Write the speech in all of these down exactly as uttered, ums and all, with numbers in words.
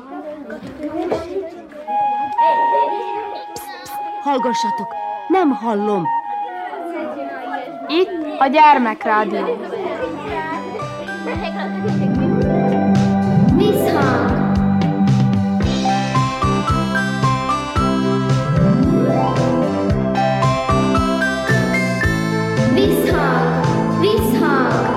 Hallgassatok, nem hallom. Itt a gyermekrádió. Visszhang. Visszhang. Visszhang.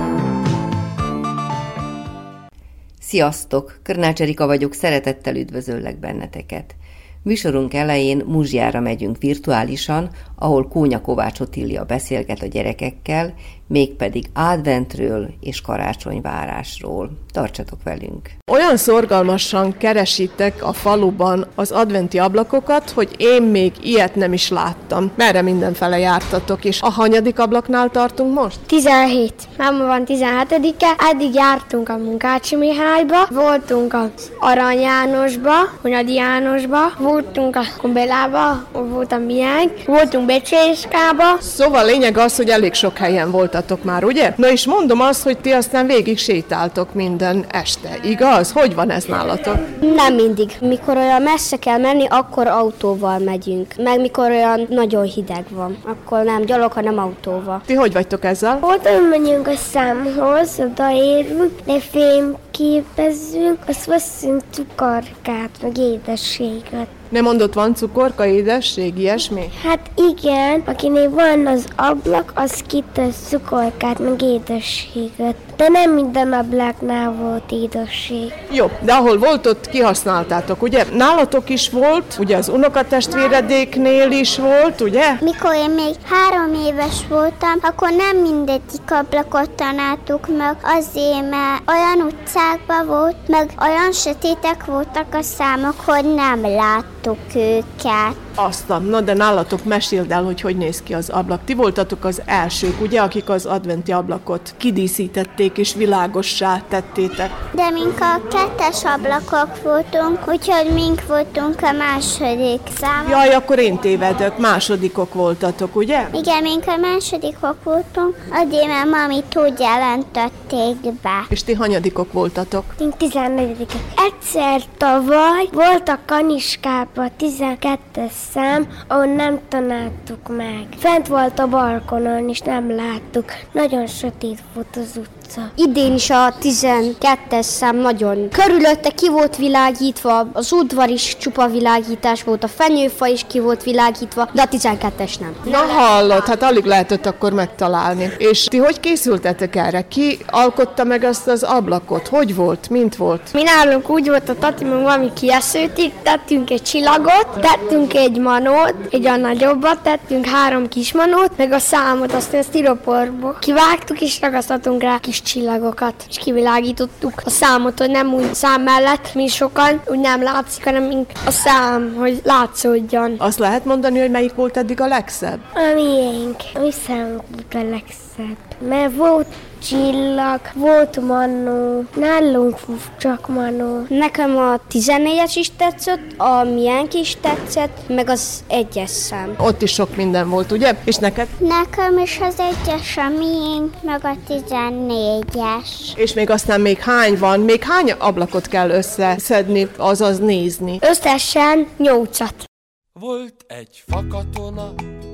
Sziasztok! Körnács Erika vagyok, szeretettel üdvözöllek benneteket. Műsorunk elején Muzsjára megyünk virtuálisan, ahol Kónya Kovács Otília beszélget a gyerekekkel, mégpedig adventről és karácsonyvárásról. Tartsatok velünk! Olyan szorgalmasan keresitek a faluban az adventi ablakokat, hogy én még ilyet nem is láttam. Merre mindenfele jártatok, és a hanyadik ablaknál tartunk most? tizenhét. Máma van tizenhetedike, eddig jártunk a Munkácsi Mihályba, voltunk az Arany Jánosba, Hunyadi Jánosba, voltunk a Kombelába, volt a Miánk, voltunk Becséskába. Szóval lényeg az, hogy elég sok helyen voltatok már, ugye? Na és mondom azt, hogy ti aztán végig sétáltok minden este, igaz? Hogy van ez nálatok? Nem mindig. Mikor olyan messze kell menni, akkor autóval megyünk. Meg mikor olyan nagyon hideg van, akkor nem gyalog, hanem autóval. Ti hogy vagytok ezzel? Oda megyünk a számhoz, odaérünk, de fényképezzünk, azt veszünk cukorkát, meg édességet. Nem mondott, van cukorka, édesség, ilyesmi? Hát igen, akinél van az ablak, az kitesz cukorkát, meg édességet. De nem minden ablaknál volt édesség. Jó, de ahol volt, ott kihasználtátok, ugye? Nálatok is volt, ugye az unokatestvéredéknél is volt, ugye? Mikor én még három éves voltam, akkor nem mindegyik ablakot tanáltuk meg, azért, mert olyan utcákban volt, meg olyan sötétek voltak a számok, hogy nem láttuk őket. Aztán, na de nálatok meséld el, hogy hogy néz ki az ablak. Ti voltatok az elsők, ugye, akik az adventi ablakot kidíszítették és világossá tettétek. De mink a kettes ablakok voltunk, úgyhogy mink voltunk a második számok. Jaj, akkor én tévedök, másodikok voltatok, ugye? Igen, mink a másodikok voltunk, addig mert mamit úgy jelentették be. És ti hanyadikok voltatok? Én tizennegyedikek. Egyszer tavaly volt a Kaniskában tizenkettes szám, ahol nem tanáltuk meg. Fent volt a balkonon, és nem láttuk. Nagyon sötét volt az utca. Idén is a tizenkettes szám nagyon körülötte ki volt világítva, az udvar is csupa világítás volt, a fenyőfa is ki volt világítva, de a tizenkettes nem. Na hallod, hát alig lehetett akkor megtalálni. És ti hogy készültetek erre? Ki alkotta meg azt az ablakot? Hogy volt? Mint volt? Mi nálunk úgy volt a Tati, meg valami kieszőtik, tettünk egy csillagot, tettünk egy manót, egy a nagyobbat, tettünk három kis manót, meg a számot, aztán a sztiroporból kivágtuk és ragasztottunk rá kis csillagokat, és kivilágítottuk a számot, hogy nem úgy szám mellett, mi sokan, úgy nem látszik, hanem a szám, hogy látszódjon. Azt lehet mondani, hogy melyik volt eddig a legszebb? A miénk, a mi számunk volt a legszebb, mert volt csillag, volt manó, nálunk csak manó. Nekem a tizennégyes is tetszett, a miénk is tetszett, meg az egyes szám. Ott is sok minden volt, ugye? És neked? Nekem is az egyes, a miénk, meg a tizennégyes. És még aztán még hány van? Még hány ablakot kell összeszedni, azaz nézni? Összesen nyolcat. Volt egy fakatona,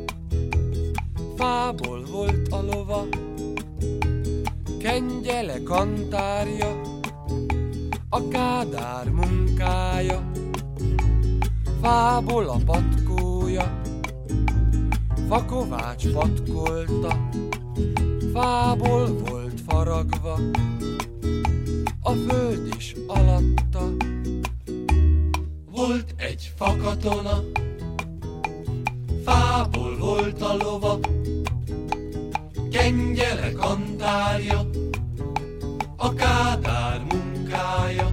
fából volt a lova, kengyele kantárja, a Kádár munkája, fából a patkója, Fakovács patkolta, fából volt faragva, a föld is alatta. Volt egy fakatona, fából volt a lova, kengyele kantárja, a Kádár munkája,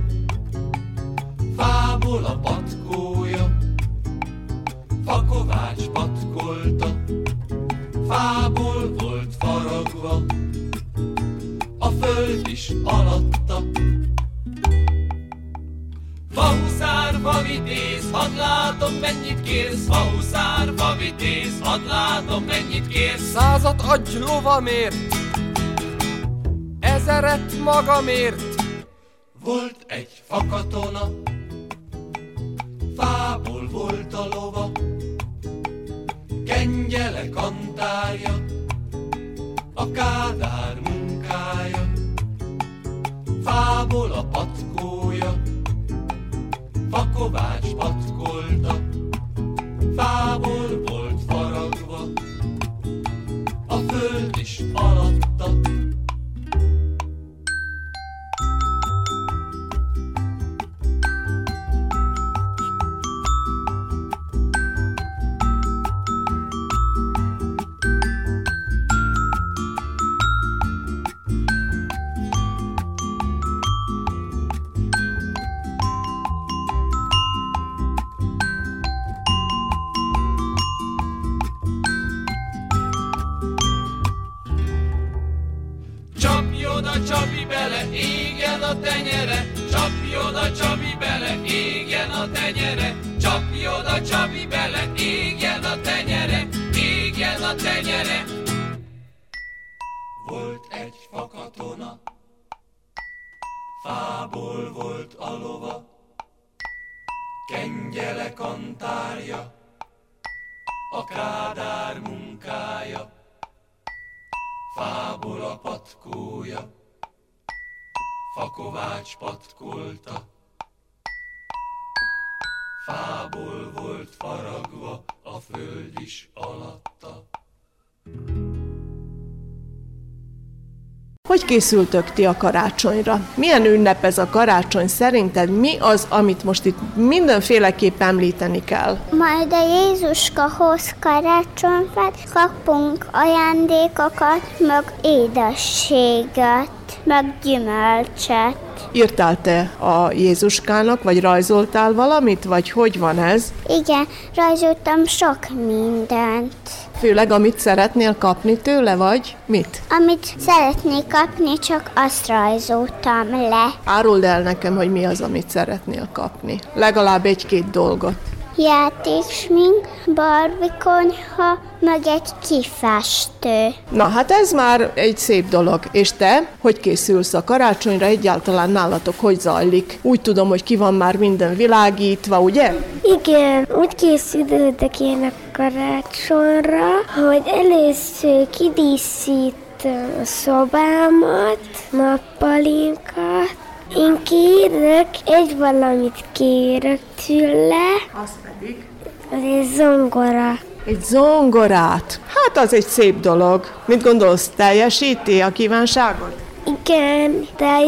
fából a patkója, Fakovács patkolta, fából volt faragva, a föld is alatta. Fahuszár, favitéz, hadd látom, mennyit kérsz. Fahuszár, favitéz, hadd látom, mennyit kérsz. Százat adj lovamért, ezeret magamért. Volt egy fakatona, a lova, kengyele kantárja, a Kádár munkája, fából a patkója, fakovács patkolta, fából volt faragva, a föld is alatta. Csabi bele, égjen a tenyere, csapjon a Csabi bele, égjen a tenyere, csapjon a Csabi bele, égjen a tenyere, égjen a tenyere. Volt egy fakatona, fából volt a lova, kengyele kantárja, a Kádár munkája, fából a patkója, fakovács patkolta, fából volt faragva, a föld is alatta. Hogy készültök ti a karácsonyra? Milyen ünnep ez a karácsony? Szerinted mi az, amit most itt mindenféleképp említeni kell? Majd a Jézuska hoz karácsonyfát, kapunk ajándékokat, meg édességet, meg gyümölcset. Írtál te a Jézuskának, vagy rajzoltál valamit, vagy hogy van ez? Igen, rajzoltam sok mindent. Főleg, amit szeretnél kapni tőle, vagy mit? Amit szeretnék kapni, csak azt rajzoltam le. Áruld el nekem, hogy mi az, amit szeretnél kapni. Legalább egy-két dolgot. Játéksmink, barbikonyha, meg egy kifestő. Na, hát ez már egy szép dolog. És te, hogy készülsz a karácsonyra? Egyáltalán nálatok hogy zajlik? Úgy tudom, hogy ki van már minden világítva, ugye? Igen, úgy készülődök én a karácsonyra, hogy először kidíszítem a szobámat, nappalinkat. Én kérek, egy valamit kérek tőle. Az pedig? Az egy zongora. Egy zongorát? Hát az egy szép dolog. Mit gondolsz, teljesíti a kívánságot? Igen,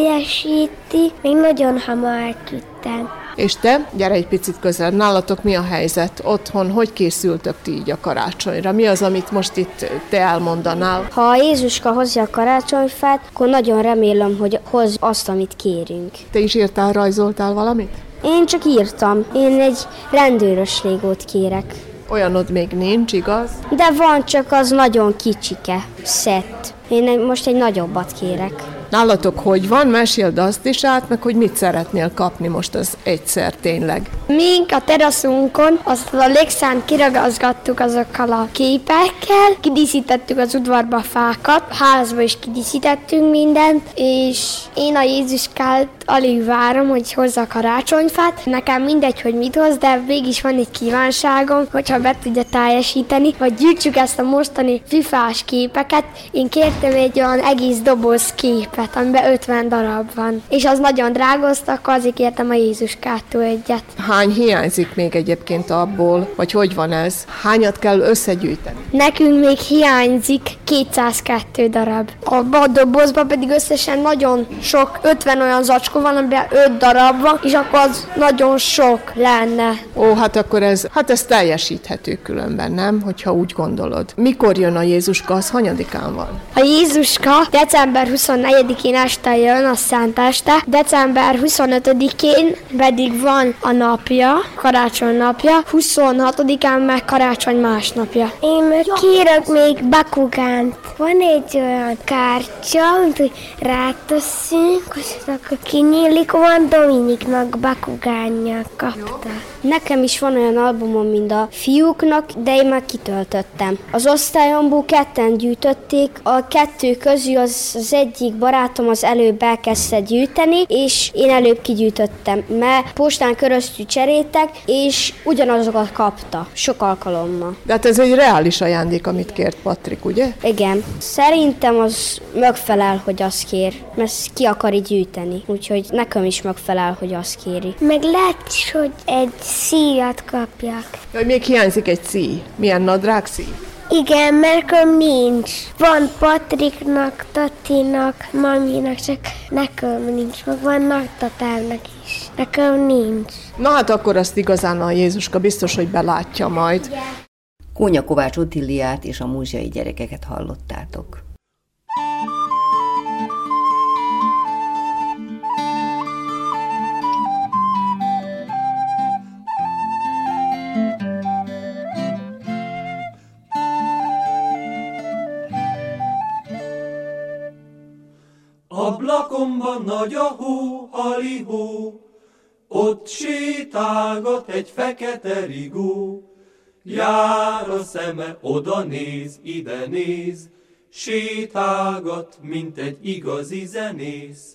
teljesíti. Még nagyon hamar küldtem. És te? Gyere egy picit közelebb. Nálatok mi a helyzet? Otthon hogy készültök ti így a karácsonyra? Mi az, amit most itt te elmondanál? Ha a Jézuska hozza a karácsonyfát, akkor nagyon remélem, hogy hoz azt, amit kérünk. Te is írtál, rajzoltál valamit? Én csak írtam. Én egy rendőrös légót kérek. Olyanod még nincs, igaz? De van, csak az nagyon kicsike, szett. Én egy, most egy nagyobbat kérek. Nálatok hogy van? Meséld azt is át, meg hogy mit szeretnél kapni most az egyszer tényleg. Mink a teraszunkon azt a légszánt kiragazgattuk azokkal a képekkel, kidíszítettük az udvarba a fákat, a házba is kidíszítettünk mindent, és én a Jézuskát alig várom, hogy hozza a karácsonyfát. Nekem mindegy, hogy mit hoz, de mégis van egy kívánságom, hogyha be tudja teljesíteni, vagy gyűjtsük ezt a mostani fifás képeket. Én kértem egy olyan egész doboz képet, amiben ötven darab van. És az nagyon drágoztak, azért kértem a Jézuskától egyet. Hány hiányzik még egyébként abból, vagy hogy van ez? Hányat kell összegyűjteni? Nekünk még hiányzik kétszázkettő darab. Abban a dobozban pedig összesen nagyon sok, ötven olyan zacskó van, amiben öt darab van, és akkor az nagyon sok lenne. Ó, hát akkor ez, hát ez teljesíthető különben, nem? Hogyha úgy gondolod. Mikor jön a Jézuska, az hanyadikán van? A Jézuska december huszonnegyedikén este jön, a Szent Este, december huszonötödikén pedig van a napja, karácsony napja, huszonhatodikán meg karácsony másnapja. Én meg kérek még Bakugánt. Van egy olyan kártya, amit úgy rátesszünk, és akkor kinyílik, van Dominiknak Bakugánja kapta. Nekem is van olyan albumom, mint a fiúknak, de én már kitöltöttem. Az osztályomból ketten gyűjtötték, a kettő közül az, az egyik barát barátom az előbb elkezdte gyűjteni, és én előbb kigyűjtöttem, mert postán köröztül cserétek, és ugyanazokat kapta, sok alkalommal. De hát ez egy reális ajándék, amit kért Patrik, ugye? Igen. Szerintem az megfelel, hogy azt kér, mert ki akar így gyűjteni, úgyhogy nekem is megfelel, hogy azt kéri. Meg lehet is, hogy egy szíjat kapjak. Jaj, még hiányzik egy szíj. Milyen nadrág szíj? Igen, mert nekem nincs. Van Patriknak, Tatinak, maminak, csak nekem nincs. Meg vannak tatárnak is. Nekem nincs. Na hát akkor azt igazán a Jézuska biztos, hogy belátja majd. Yeah. Kónya Kovács Otilliát és a múzsiai gyerekeket hallottátok. Ablakomban nagy a hó, halihó, ott sétálgat egy fekete rigó. Jár a szeme, oda néz, ide néz, sétálgat, mint egy igazi zenész.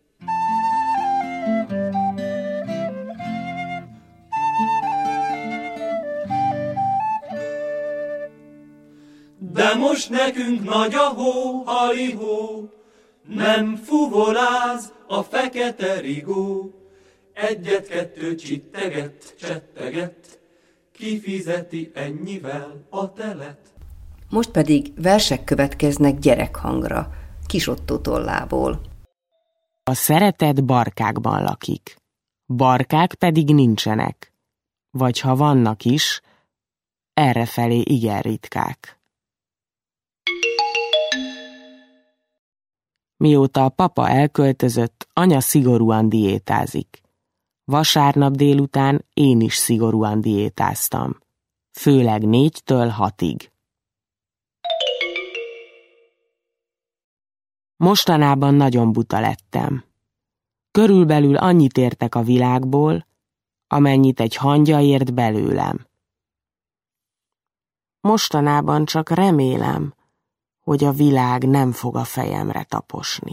De most nekünk nagy a hó, halihó, nem fuvoláz a fekete rigó. Egyet-kettőt csitteget, csetteget, kifizeti ennyivel a telet. Most pedig versek következnek gyerekhangra, Kis Ottó tollából. A szeretet barkákban lakik, barkák pedig nincsenek, vagy ha vannak is, errefelé igen ritkák. Mióta a papa elköltözött, anya szigorúan diétázik. Vasárnap délután én is szigorúan diétáztam. Főleg négytől hatig. Mostanában nagyon buta lettem. Körülbelül annyit értek a világból, amennyit egy hangya ért belőlem. Mostanában csak remélem, hogy a világ nem fog a fejemre taposni.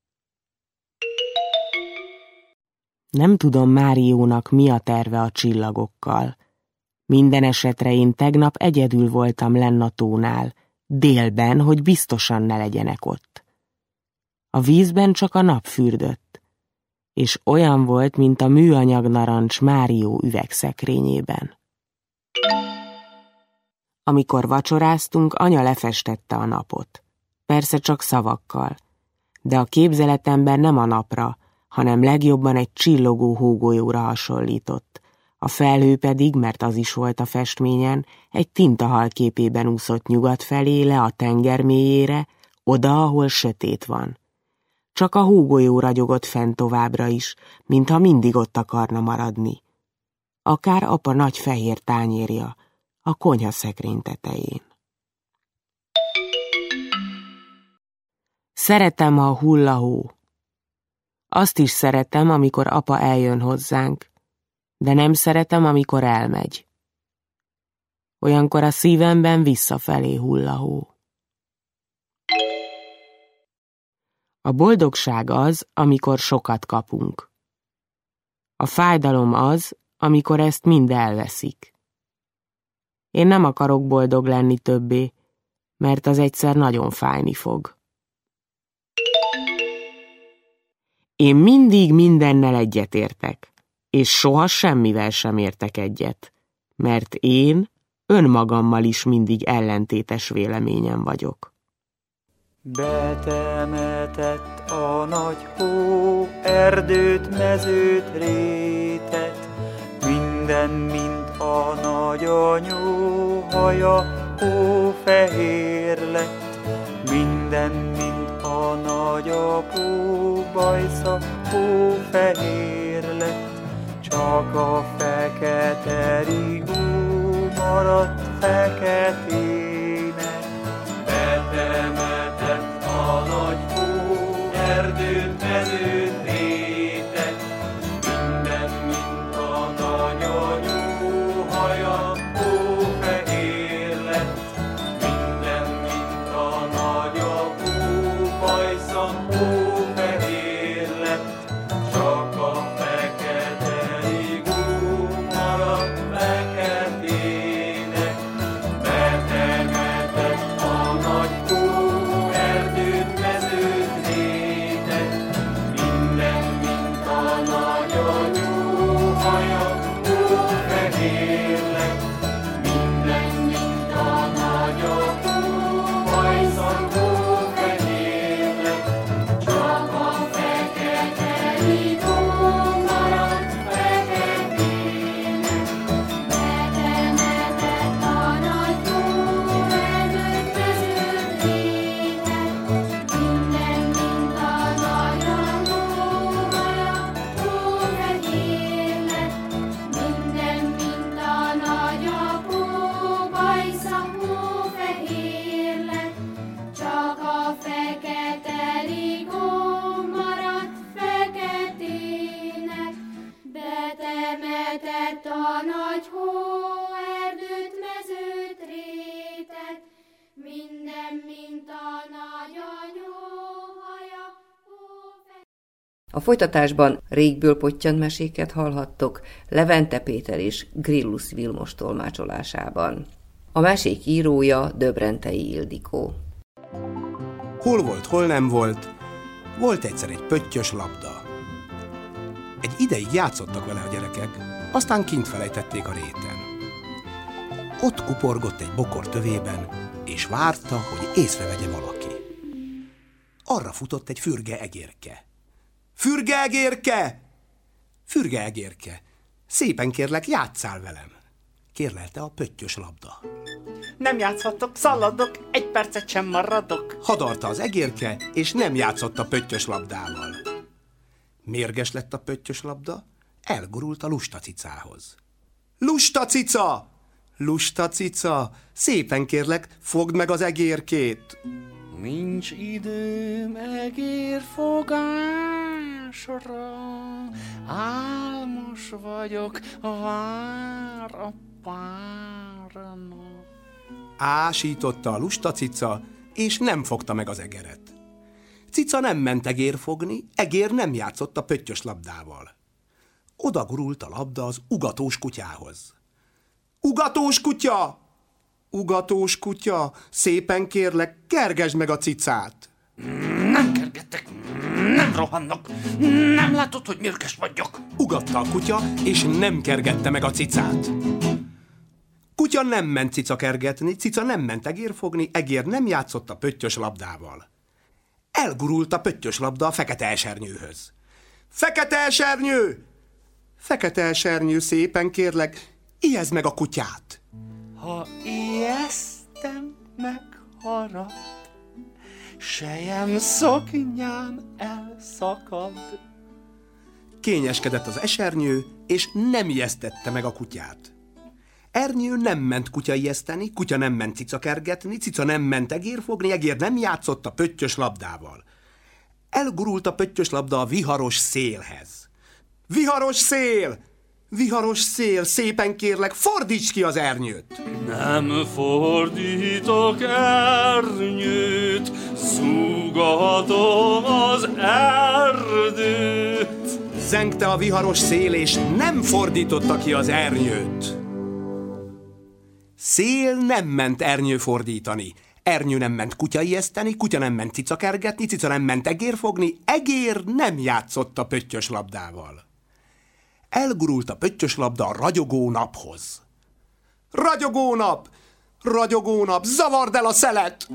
Nem tudom Máriónak, mi a terve a csillagokkal. Minden esetre én tegnap egyedül voltam lenn a tónál, délben, hogy biztosan ne legyenek ott. A vízben csak a nap fürdött, és olyan volt, mint a műanyag narancs Márió üvegszekrényében. Amikor vacsoráztunk, anya lefestette a napot. Persze csak szavakkal, de a képzeletemben nem a napra, hanem legjobban egy csillogó hógolyóra hasonlított. A felhő pedig, mert az is volt a festményen, egy tintahal képében úszott nyugat felé le a tenger mélyére, oda, ahol sötét van. Csak a hógolyó ragyogott fent továbbra is, mintha mindig ott akarna maradni. Akár apa nagy fehér tányérja a konyhaszekrény tetején. Szeretem, ha hull a hó. Azt is szeretem, amikor apa eljön hozzánk, de nem szeretem, amikor elmegy. Olyankor a szívemben visszafelé hull a hó. A boldogság az, amikor sokat kapunk. A fájdalom az, amikor ezt mind elveszik. Én nem akarok boldog lenni többé, mert az egyszer nagyon fájni fog. Én mindig mindennel egyetértek, és soha semmivel sem értek egyet, mert én önmagammal is mindig ellentétes véleményen vagyok. Betemetett a nagy hó, erdőt, mezőt, rétet, minden, mint a nagyanyó haja, hófehér lett, minden, mint a nagyapó bajsza, hófehér lett, csak a fekete rigó maradt feketének. Betemetett a nagy hó, erdőt, mezőt, rétet, minden, mint a nagyanyó haja, hófehér lett, minden, mint a nagyapó bajsza, hó A folytatásban régből pottyant meséket hallhattok Levente Péter és Grillus Vilmos tolmácsolásában. A mesék írója Döbrentei Ildikó. Hol volt, hol nem volt, volt egyszer egy pöttyös labda. Egy ideig játszottak vele a gyerekek, aztán kint felejtették a réten. Ott kuporgott egy bokor tövében, és várta, hogy észrevegye valaki. Arra futott egy fürge egérke. Fürge egérke! Fürge egérke, szépen kérlek, játsszál velem, kérlelte a pöttyös labda. Nem játszhatok, szaladok, egy percet sem maradok. Hadarta az egérke, és nem játszott a pöttyös labdával. Mérges lett a pöttyös labda, elgurult a lusta cicához. Lusta cica! Lusta cica, szépen kérlek, fogd meg az egérkét. Nincs időm egérfogásra, álmos vagyok, vár a párnak. Ásította a lusta cica, és nem fogta meg az egeret. Cica nem ment egér fogni, egér nem játszott a pöttyös labdával. Oda gurult a labda az ugatós kutyához. Ugatós kutya! Ugatós kutya, szépen kérlek, kergesd meg a cicát. Nem kergettek, nem rohannak, nem látod, hogy mérges vagyok. Ugatta a kutya, és nem kergette meg a cicát. Kutya nem ment cica kergetni, cica nem ment egér fogni, egér nem játszott a pöttyös labdával. Elgurult a pöttyös labda a fekete esernyőhöz. Fekete esernyő! Fekete esernyő, szépen kérlek, ijeszd meg a kutyát. Ha ijesztem, megharap, sejem szoknyám elszakad. Kényeskedett az esernyő, és nem ijesztette meg a kutyát. Ernyő nem ment kutya ijeszteni, kutya nem ment cica kergetni, cica nem ment egér fogni, egér nem játszott a pöttyös labdával. Elgurult a pöttyös labda a viharos szélhez. Viharos szél! Viharos szél, szépen kérlek, fordíts ki az ernyőt! Nem fordítok ernyőt, szúgatom az erdőt. Zengte a viharos szél, és nem fordította ki az ernyőt. Szél nem ment ernyő fordítani, ernyő nem ment kutya ijeszteni, kutya nem ment cica kergetni, cica nem ment egér fogni, egér nem játszott a pöttyös labdával. Elgurult a pöttyös labda a ragyogó naphoz. Ragyogó nap! Ragyogó nap! Zavard el a szelet!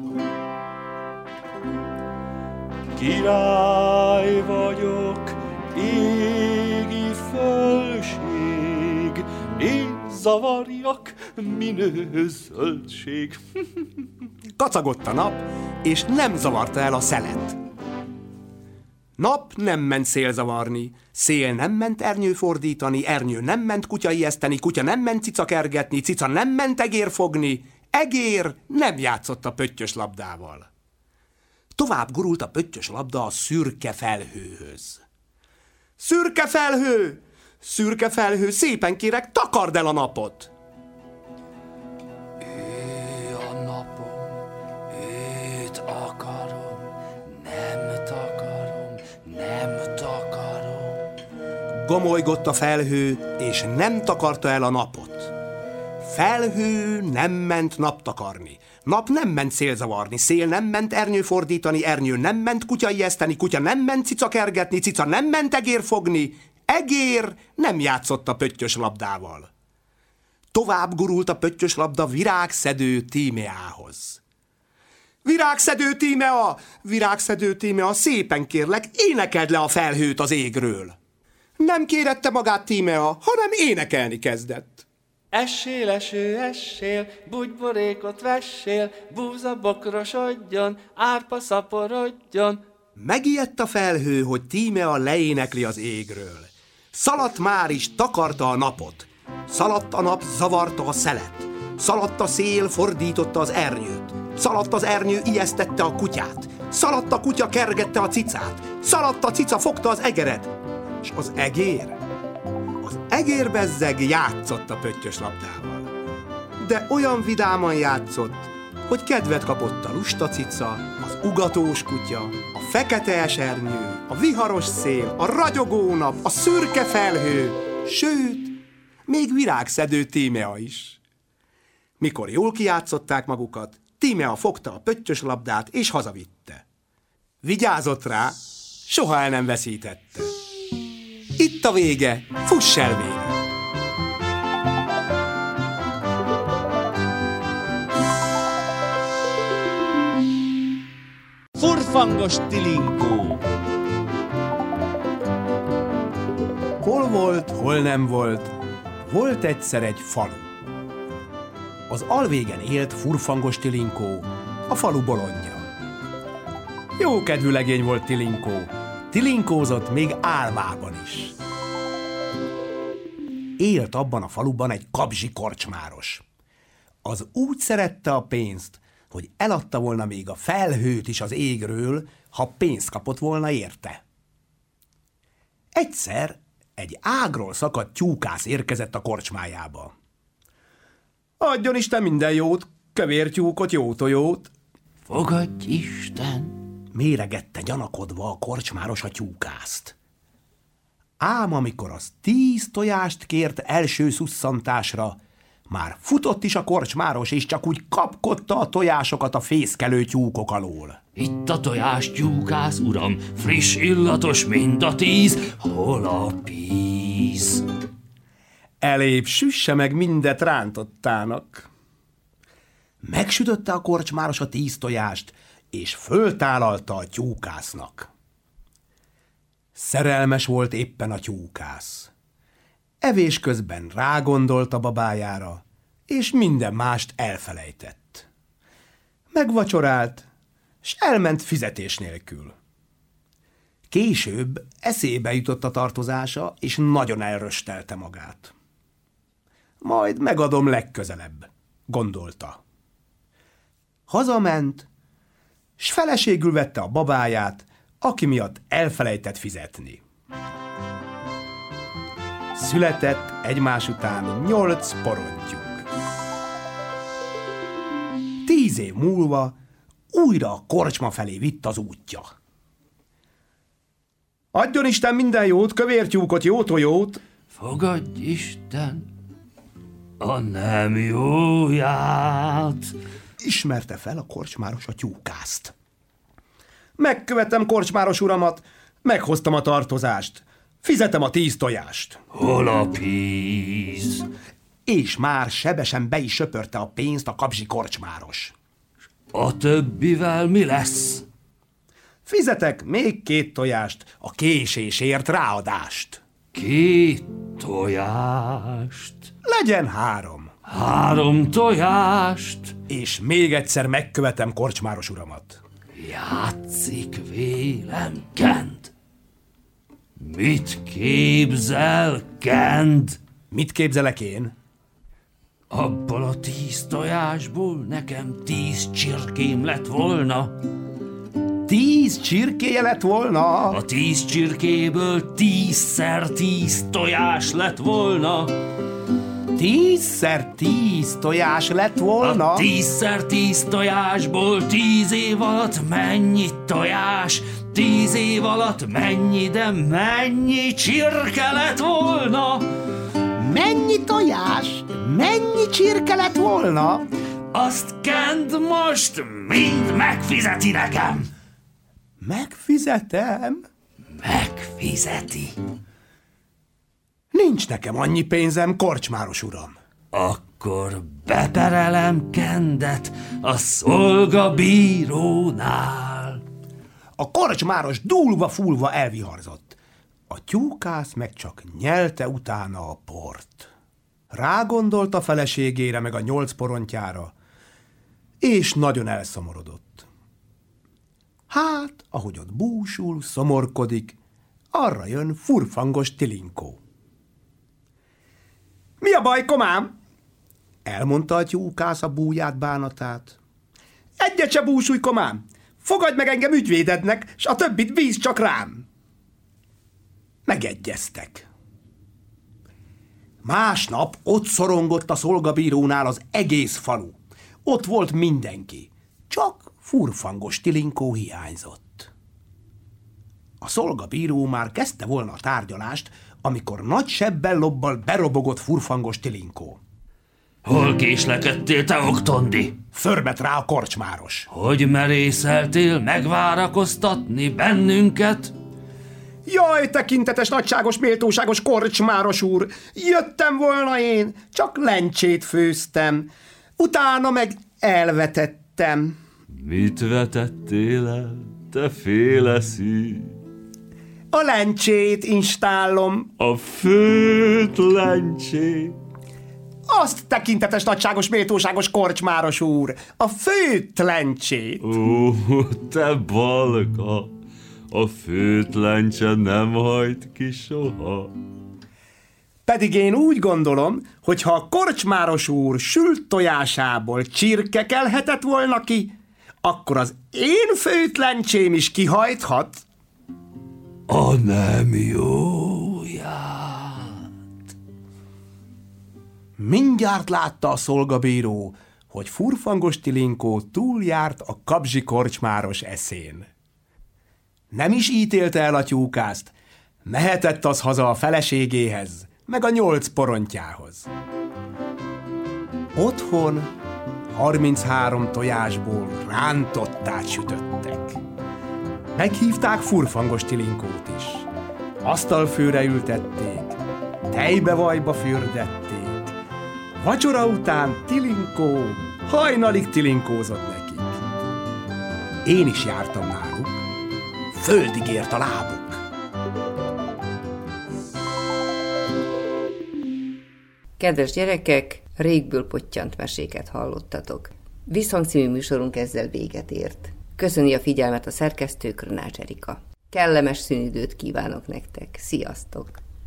Király vagyok, égi fölség, én zavarjak, minő zöldség. Kacagott a nap, és nem zavarta el a szelet. Nap nem ment szél zavarni, szél nem ment ernyő fordítani, ernyő nem ment kutya ijeszteni, kutya nem ment cica kergetni, cica nem ment egér fogni, egér nem játszott a pöttyös labdával. Tovább gurult a pöttyös labda a szürke felhőhöz. Szürke felhő! Szürke felhő, szépen kérek, takard el a napot! Ő a napom, őt akarom, nem takarom, nem takarom. Gomolygott a felhő, és nem takarta el a napot. Felhő nem ment naptakarni, nap nem ment szélzavarni, szél nem ment ernyő fordítani, ernyő nem ment kutya ijeszteni, kutya nem ment cica kergetni, cica nem ment egér fogni, egér nem játszott a pöttyös labdával. Tovább gurult a pöttyös labda virágszedő Tímeához. Virágszedő Tímea! Virágszedő Tímea, szépen kérlek, énekeld le a felhőt az égről. Nem kérette magát Tímea, hanem énekelni kezdett. Essél, eső, essél, bugyborékot vessél, búza bokrosodjon, árpa szaporodjon. Megijedt a felhő, hogy Tímea leénekli az égről. Szaladt már is, takarta a napot. Szaladt a nap, zavarta a szelet. Szaladt a szél, fordította az ernyőt. Szaladt az ernyő, ijesztette a kutyát. Szaladt a kutya, kergette a cicát. Szaladt a cica, fogta az egeret. És az egér? Az egér bezzeg játszott a pöttyös labdával. De olyan vidáman játszott, hogy kedvet kapott a lusta cica, az ugatós kutya, a fekete esernyő, a viharos szél, a ragyogó nap, a szürke felhő, sőt, még virágszedő Tímea is. Mikor jól kijátszották magukat, Tímea fogta a pöttyös labdát és hazavitte. Vigyázott rá, soha el nem veszítette. Itt a vége, fuss el végre! Furfangos Tilinkó. Hol volt, hol nem volt, volt egyszer egy falu. Az alvégen élt Furfangos Tilinkó, a falu bolondja. Jókedvű legény volt Tilinkó, tilinkózott még álmában is. Élt abban a faluban egy kabzsi korcsmáros. Az úgy szerette a pénzt, hogy eladta volna még a felhőt is az égről, ha pénzt kapott volna érte. Egyszer egy ágról szakadt tyúkász érkezett a korcsmájába. Adjon Isten minden jót, kövér tyúkot, jó tojót. Fogadj Isten! Méregette gyanakodva a korcsmáros a tyúkászt. Ám amikor az tíz tojást kért első szusszantásra, már futott is a korcsmáros, és csak úgy kapkodta a tojásokat a fészkelő tyúkok alól. Itt a tojás, tyúkász uram, friss, illatos, mind a tíz, hol a píz? Elébb süsse meg mindet rántottának. Megsütötte a korcsmáros a tíz tojást, és föltállalta a tyúkásznak. Szerelmes volt éppen a tyúkász. Evés közben rágondolt a babájára, és minden mást elfelejtett. Megvacsorált, s elment fizetés nélkül. Később eszébe jutott a tartozása, és nagyon elröstelte magát. Majd megadom legközelebb, gondolta. Hazament, s feleségül vette a babáját, aki miatt elfelejtett fizetni. Született egymás után nyolc porontyúk. Tíz év múlva újra a korcsma felé vitt az útja. Adjon Isten minden jót, kövér tyúkot, jó tojót! Fogadj Isten a nem jóját! Ismerte fel a korcsmáros a tyúkászt. Megkövetem korcsmáros uramat, meghoztam a tartozást. Fizetem a tíz tojást. Hol a pénz? És már sebesen be is söpörte a pénzt a kabzsi korcsmáros. A többivel mi lesz? Fizetek még két tojást, a késésért ráadást. Két tojást? Legyen három. Három tojást? És még egyszer megkövetem korcsmáros uramat. Játszik vélem Kend. Mit képzel, Kend? Mit képzelek én? Abból a tíz tojásból nekem tíz csirkém lett volna. Tíz csirkéje lett volna? A tíz csirkéből tízszer tíz tojás lett volna. Tízszer tíz tojás lett volna? A tízszer tíz tojásból tíz év alatt mennyi tojás? Tíz év alatt mennyi, de mennyi csirke lett volna? Mennyi tojás? Mennyi csirke lett volna? Azt Kend most mind megfizeti nekem. Megfizetem? Megfizeti. Nincs nekem annyi pénzem, korcsmáros uram. Akkor beperelem Kendet a szolgabírónál. A korcsmáros dúlva-fulva elviharzott. A tyúkász meg csak nyelte utána a port. Rágondolt a feleségére meg a nyolc porontjára, és nagyon elszomorodott. Hát, ahogy ott búsul, szomorkodik, arra jön Furfangos Tilinkó. Mi a baj, komám? Elmondta a tyúkász a búját bánatát. Egyet se búsulj, komám! Fogadj meg engem ügyvédednek, s a többit bízz csak rám! Megegyeztek. Másnap ott szorongott a szolgabírónál az egész falu. Ott volt mindenki, csak Furfangos Tilinkó hiányzott. A szolgabíró már kezdte volna a tárgyalást, amikor nagy sebbel lobbal berobogott furfangos Tilinkó. Hol késlekedtél, te oktondi? Förbet rá a korcsmáros. Hogy merészeltél megvárakoztatni bennünket? Jaj, tekintetes, nagyságos, méltóságos korcsmáros úr! Jöttem volna én, csak lencsét főztem. Utána meg elvetettem. Mit vetettél el, te féleszű? A lencsét installom. A főt lencsét? Azt, tekintetes, nagyságos, méltóságos korcsmáros úr, a főt lencsét. Ó, te balka, a főt lencse nem hajt ki soha. Pedig én úgy gondolom, hogy ha a korcsmáros úr sült tojásából csirke kelhetett volna ki, akkor az én főt lencsém is kihajthat. A nem jóját. Mindjárt látta a szolgabíró, hogy furfangos Tilinkó túljárt a kabzsi korcsmáros eszén. Nem is ítélte el a tyúkászt, mehetett az haza a feleségéhez, meg a nyolc porontjához. Otthon harminchárom tojásból rántottát sütöttek. Meghívták furfangos Tilinkót is. Asztalfőre ültették, tejbe-vajba fürdették. Vacsora után Tilinkó hajnalig tilinkózott nekik. Én is jártam náluk, földig ért a lábuk. Kedves gyerekek, régből pottyant meséket hallottatok. Visszhang című műsorunk ezzel véget ért. Köszöni a figyelmet a szerkesztő, Krnács Erika. Kellemes szünidőt kívánok nektek. Sziasztok!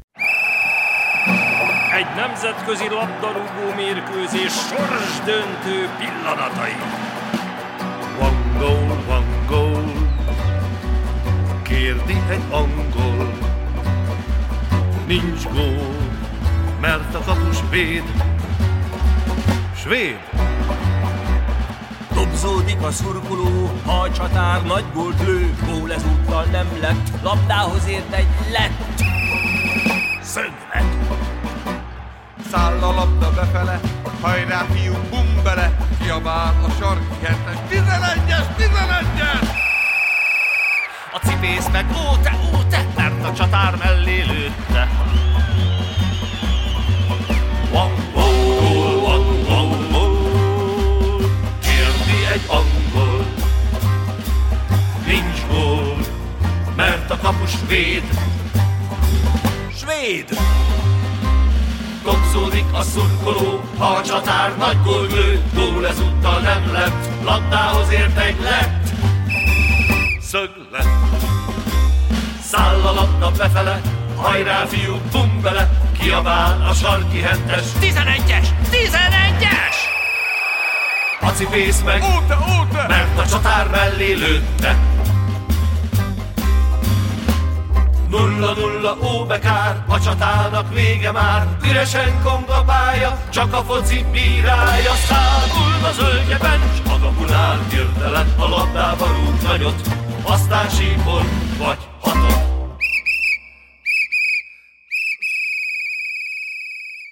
Egy nemzetközi labdarúgó mérkőzés sorsdöntő pillanatai. One goal, one goal, kérdi egy angol. Nincs gól, mert a kapus véd. Svéd. Dobzódik a szurkoló, ha a csatár nagy gólt lő. Gól ezúttal nem lett, labdához ért egy lett. Szöglet. Száll a labda befele, hajrá fiúk, bum bele, kiabál a sarki hetes. Tizenegyes, tizenegyes! A cipész meg ó te, ó te, mert a csatár mellé lőtte. One goal, one goal, goal, kérdi egy angol. Nincs gól, mert a kapus véd. Svéd! Kopszódik a szurkoló, ha a csatár nagy gól lő. Gól ezúttal nem lett, labdához ért egy lett. Szöglet. Száll a labda befele, hajrá fiúk, bum bele, kiabál a sarki hetes. Tizenegyes! Tizenegyes! A cipész meg óte, óte, mert a csatár mellé lőtte. Nulla nulla óbekár, a csatának vége már. Üresen kong a pálya, csak a foci bírálja. Szágul a zöldjeben, s magabunál hirtelen a labdába rúg nagyot. Aztán sípol, vagy hatot.